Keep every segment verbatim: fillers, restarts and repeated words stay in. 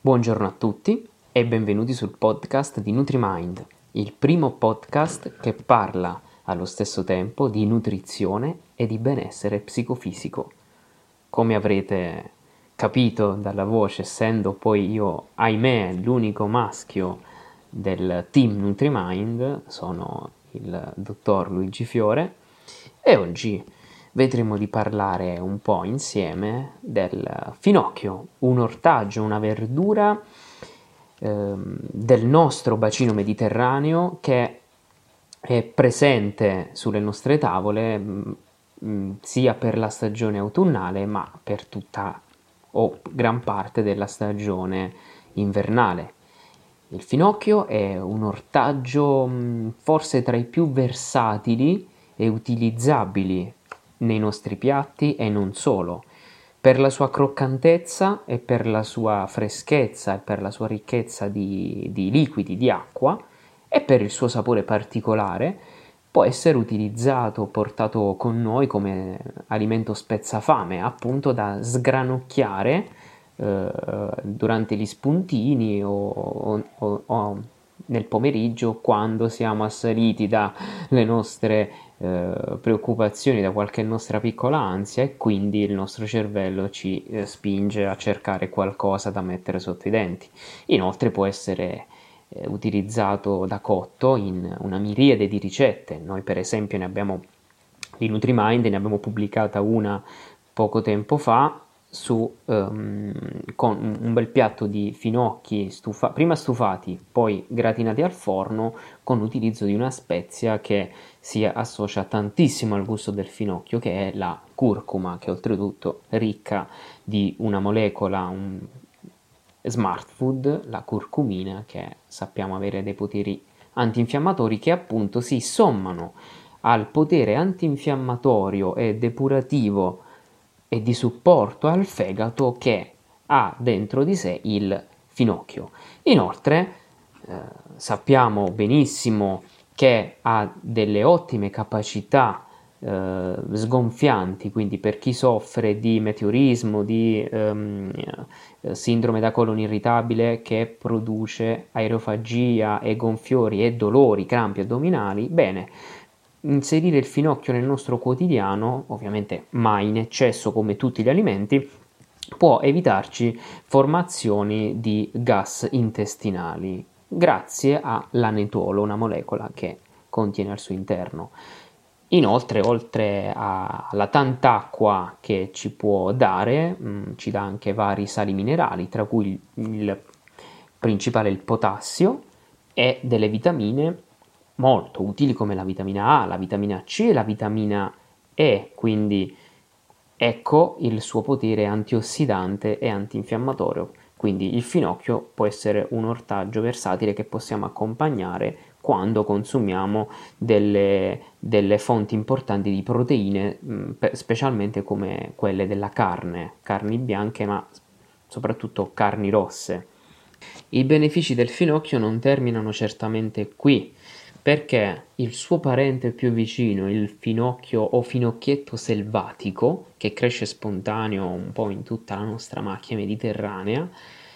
Buongiorno a tutti e benvenuti sul podcast di NutriMind, il primo podcast che parla allo stesso tempo di nutrizione e di benessere psicofisico. Come avrete capito dalla voce, essendo poi io, ahimè, l'unico maschio del team NutriMind, sono il dottor Luigi Fiore e oggi vedremo di parlare un po' insieme del finocchio, un ortaggio, una verdura ehm, del nostro bacino mediterraneo che è presente sulle nostre tavole mh, sia per la stagione autunnale ma per tutta o gran parte della stagione invernale. Il finocchio è un ortaggio mh, forse tra i più versatili e utilizzabili nei nostri piatti e non solo, per la sua croccantezza e per la sua freschezza e per la sua ricchezza di, di liquidi, di acqua e per il suo sapore particolare. Può essere utilizzato, portato con noi come alimento spezzafame, appunto da sgranocchiare eh, durante gli spuntini o, o, o nel pomeriggio quando siamo assaliti dalle nostre eh, preoccupazioni, da qualche nostra piccola ansia e quindi il nostro cervello ci eh, spinge a cercare qualcosa da mettere sotto i denti. Inoltre può essere eh, utilizzato da cotto in una miriade di ricette. Noi per esempio ne abbiamo di NutriMind, ne abbiamo pubblicata una poco tempo fa su um, con un bel piatto di finocchi stufa- prima stufati, poi gratinati al forno con l'utilizzo di una spezia che si associa tantissimo al gusto del finocchio, che è la curcuma, che oltretutto è ricca di una molecola, un smart food, la curcumina, che sappiamo avere dei poteri antinfiammatori che appunto si sommano al potere antinfiammatorio e depurativo e di supporto al fegato che ha dentro di sé il finocchio. Inoltre eh, sappiamo benissimo che ha delle ottime capacità eh, sgonfianti, quindi per chi soffre di meteorismo, di ehm, sindrome da colon irritabile che produce aerofagia e gonfiori e dolori, crampi addominali, bene, inserire il finocchio nel nostro quotidiano, ovviamente mai in eccesso come tutti gli alimenti, può evitarci formazioni di gas intestinali grazie all'anetolo, una molecola che contiene al suo interno. Inoltre, oltre alla tanta acqua che ci può dare, mh, ci dà anche vari sali minerali, tra cui il, il principale è il potassio e delle vitamine molto utili come la vitamina A, la vitamina C e la vitamina E, quindi ecco il suo potere antiossidante e antinfiammatorio. Quindi il finocchio può essere un ortaggio versatile che possiamo accompagnare quando consumiamo delle, delle fonti importanti di proteine, mh, specialmente come quelle della carne, carni bianche ma soprattutto carni rosse. I benefici del finocchio non terminano certamente qui, perché il suo parente più vicino, il finocchio o finocchietto selvatico, che cresce spontaneo un po' in tutta la nostra macchia mediterranea,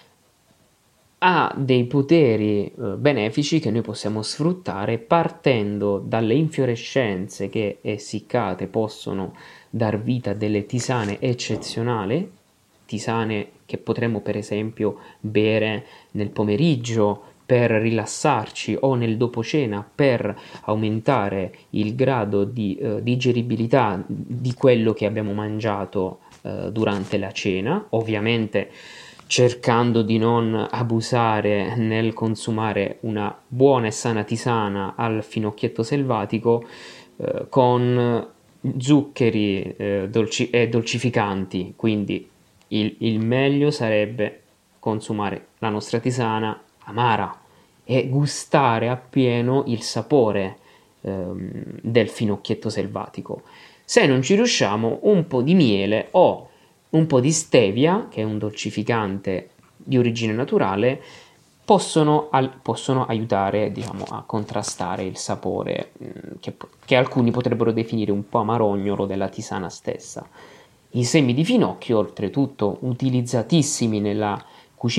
ha dei poteri eh, benefici che noi possiamo sfruttare partendo dalle infiorescenze che essiccate possono dar vita a delle tisane eccezionali, tisane che potremmo per esempio bere nel pomeriggio per rilassarci o nel dopo cena per aumentare il grado di eh, digeribilità di quello che abbiamo mangiato eh, durante la cena, ovviamente cercando di non abusare nel consumare una buona e sana tisana al finocchietto selvatico eh, con zuccheri eh, dolci- e dolcificanti, quindi il, il meglio sarebbe consumare la nostra tisana amara e gustare appieno il sapore ehm, del finocchietto selvatico. Se non ci riusciamo, un po' di miele o un po' di stevia, che è un dolcificante di origine naturale, possono, al, possono aiutare, diciamo, a contrastare il sapore mh, che, che alcuni potrebbero definire un po' amarognolo della tisana stessa. I semi di finocchio, oltretutto utilizzatissimi nella cucina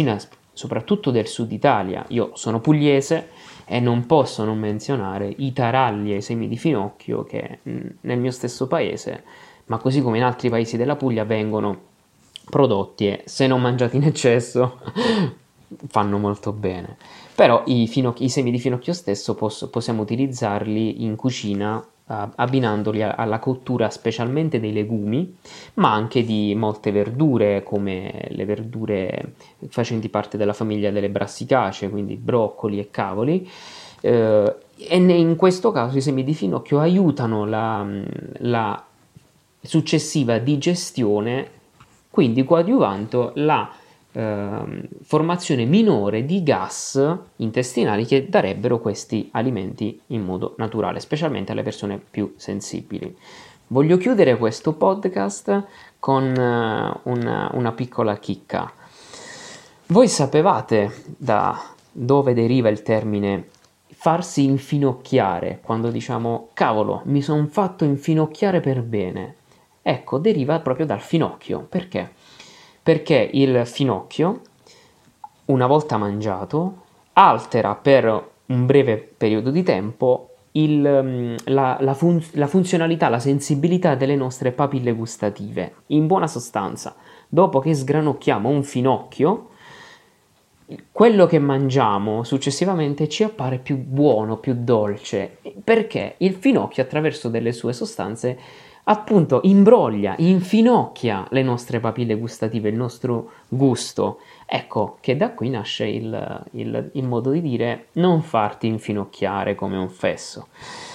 soprattutto del sud Italia. Io sono pugliese e non posso non menzionare i taralli e i semi di finocchio che mh, nel mio stesso paese, ma così come in altri paesi della Puglia, vengono prodotti e se non mangiati in eccesso fanno molto bene. Però i, finocchi, i semi di finocchio stesso posso, possiamo utilizzarli in cucina abbinandoli alla cottura specialmente dei legumi, ma anche di molte verdure, come le verdure facenti parte della famiglia delle brassicacee, quindi broccoli e cavoli. Eh, e in questo caso i semi di finocchio aiutano la, la successiva digestione, quindi coadiuvando la eh, formazione minore di gas intestinali che darebbero questi alimenti in modo naturale, specialmente alle persone più sensibili. Voglio chiudere questo podcast con uh, una, una piccola chicca. Voi sapevate da dove deriva il termine farsi infinocchiare, quando diciamo cavolo, mi sono fatto infinocchiare per bene? Ecco, deriva proprio dal finocchio. Perché? Perché il finocchio, una volta mangiato, altera per un breve periodo di tempo il, la, la, fun- la funzionalità, la sensibilità delle nostre papille gustative. In buona sostanza, dopo che sgranocchiamo un finocchio, quello che mangiamo successivamente ci appare più buono, più dolce, perché il finocchio, attraverso delle sue sostanze, appunto imbroglia, infinocchia le nostre papille gustative, il nostro gusto. Ecco che da qui nasce il, il, il modo di dire non farti infinocchiare come un fesso.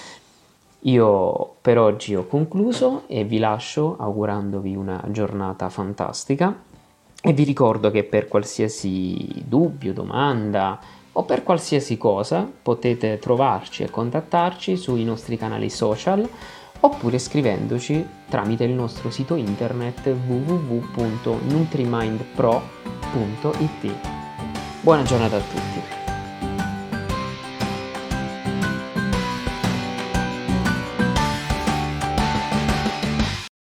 Io per oggi ho concluso e vi lascio augurandovi una giornata fantastica e vi ricordo che per qualsiasi dubbio, domanda o per qualsiasi cosa potete trovarci e contattarci sui nostri canali social oppure scrivendoci tramite il nostro sito internet w w w punto nutrimindpro punto i t. Buona giornata a tutti!